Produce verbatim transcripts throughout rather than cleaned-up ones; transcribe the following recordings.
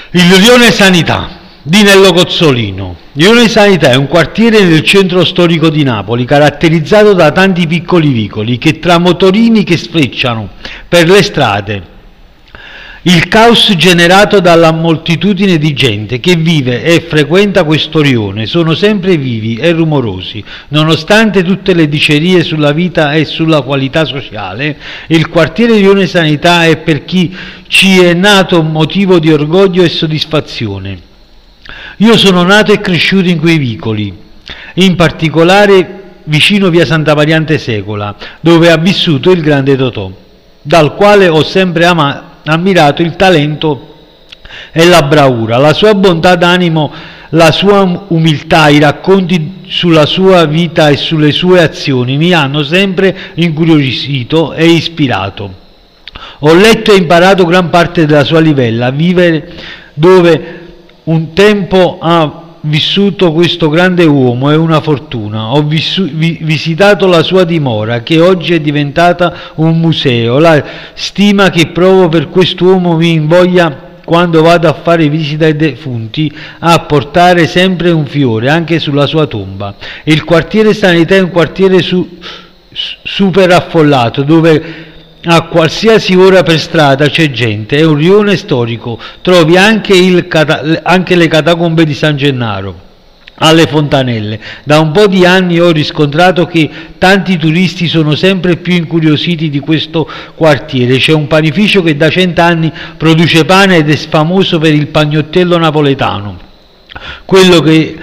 Il Rione Sanità di Nello Cozzolino. Il Rione Sanità è un quartiere nel centro storico di Napoli, caratterizzato da tanti piccoli vicoli che tra motorini che sfrecciano per le strade, il caos generato dalla moltitudine di gente che vive e frequenta questo rione sono sempre vivi e rumorosi. Nonostante tutte le dicerie sulla vita e sulla qualità sociale, il quartiere Rione Sanità è per chi ci è nato un motivo di orgoglio e soddisfazione. Io sono nato e cresciuto in quei vicoli, in particolare vicino via Santa Mariante Secola, dove ha vissuto il grande Totò, dal quale ho sempre amato ammirato il talento e la bravura, la sua bontà d'animo, la sua umiltà, i racconti sulla sua vita e sulle sue azioni mi hanno sempre incuriosito e ispirato. Ho letto e imparato gran parte della sua livella, vivere dove un tempo ha vissuto questo grande uomo è una fortuna. Ho vissu- vi- visitato la sua dimora, che oggi è diventata un museo. La stima che provo per quest'uomo mi invoglia, quando vado a fare visita ai defunti, a portare sempre un fiore, anche sulla sua tomba. Il quartiere Sanità è un quartiere su- super affollato, dove a qualsiasi ora per strada c'è gente, è un rione storico, trovi anche, il cata- anche le catacombe di San Gennaro alle Fontanelle. Da un po' di anni ho riscontrato che tanti turisti sono sempre più incuriositi di questo quartiere. C'è un panificio che da cent'anni produce pane ed è famoso per il pagnottello napoletano, quello che,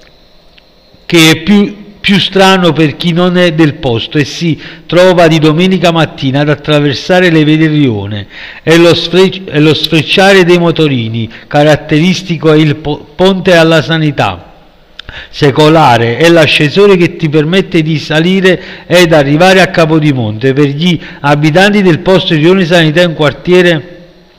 che è più più strano per chi non è del posto e si trova di domenica mattina ad attraversare le vie del rione, e lo, sfre- e lo sfrecciare dei motorini, caratteristico è il po- ponte alla Sanità secolare, è l'ascensore che ti permette di salire ed arrivare a Capodimonte. Per gli abitanti del posto il Rione Sanità è un quartiere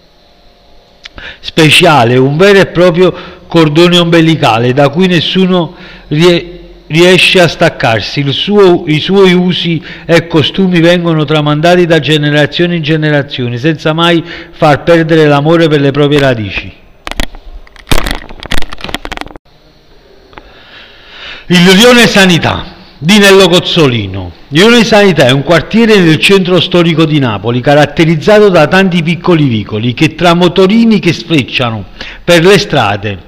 speciale, un vero e proprio cordone ombelicale da cui nessuno riesce riesce a staccarsi. Il suo, i suoi usi e costumi vengono tramandati da generazione in generazione senza mai far perdere l'amore per le proprie radici. Il Rione Sanità di Nello Cozzolino. Il Rione Sanità è un quartiere nel centro storico di Napoli, caratterizzato da tanti piccoli vicoli che tra motorini che sfrecciano per le strade,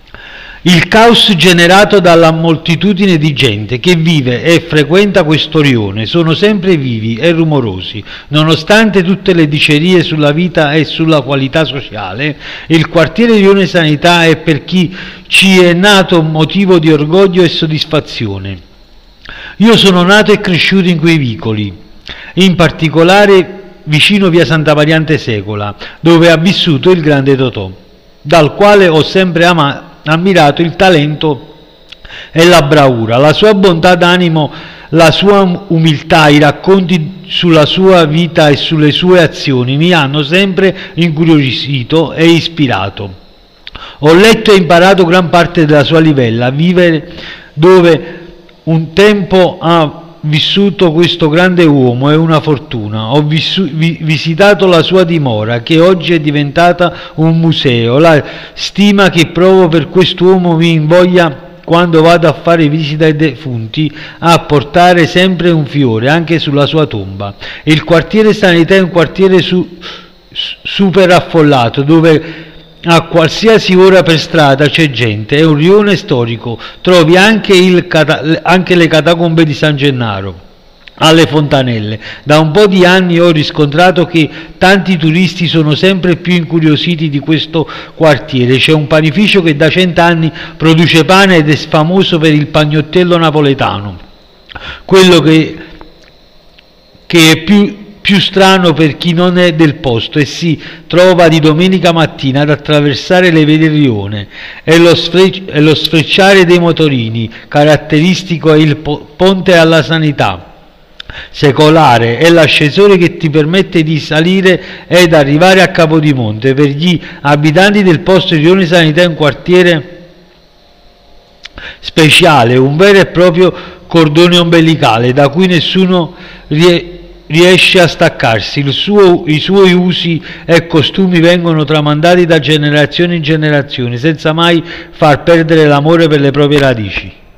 il caos generato dalla moltitudine di gente che vive e frequenta questo rione sono sempre vivi e rumorosi. Nonostante tutte le dicerie sulla vita e sulla qualità sociale, il quartiere Rione Sanità è per chi ci è nato un motivo di orgoglio e soddisfazione. Io sono nato e cresciuto in quei vicoli, in particolare vicino via Santa Mariante Secola, dove ha vissuto il grande Totò, dal quale ho sempre amato ammirato il talento e la bravura, la sua bontà d'animo, la sua umiltà, i racconti sulla sua vita e sulle sue azioni mi hanno sempre incuriosito e ispirato. Ho letto e imparato gran parte della sua livella, vivere dove un tempo ha vissuto questo grande uomo è una fortuna. Ho vissu- vi- visitato la sua dimora, che oggi è diventata un museo. La stima che provo per quest'uomo mi invoglia, quando vado a fare visita ai defunti, a portare sempre un fiore, anche sulla sua tomba. Il quartiere Sanità è un quartiere su- super affollato, dove a qualsiasi ora per strada c'è gente, è un rione storico, trovi anche, il cata- anche le catacombe di San Gennaro alle Fontanelle. Da un po' di anni ho riscontrato che tanti turisti sono sempre più incuriositi di questo quartiere. C'è un panificio che da cent'anni produce pane ed è famoso per il pagnottello napoletano, quello che, che è più più strano per chi non è del posto e si trova di domenica mattina ad attraversare le vie del rione, e lo, sfre- e lo sfrecciare dei motorini, caratteristico è il po- ponte alla Sanità secolare, è l'ascensore che ti permette di salire ed arrivare a Capodimonte. Per gli abitanti del posto il Rione Sanità è un quartiere speciale, un vero e proprio cordone ombelicale da cui nessuno riesce riesce a staccarsi, il suo, i suoi usi e costumi vengono tramandati da generazione in generazione senza mai far perdere l'amore per le proprie radici.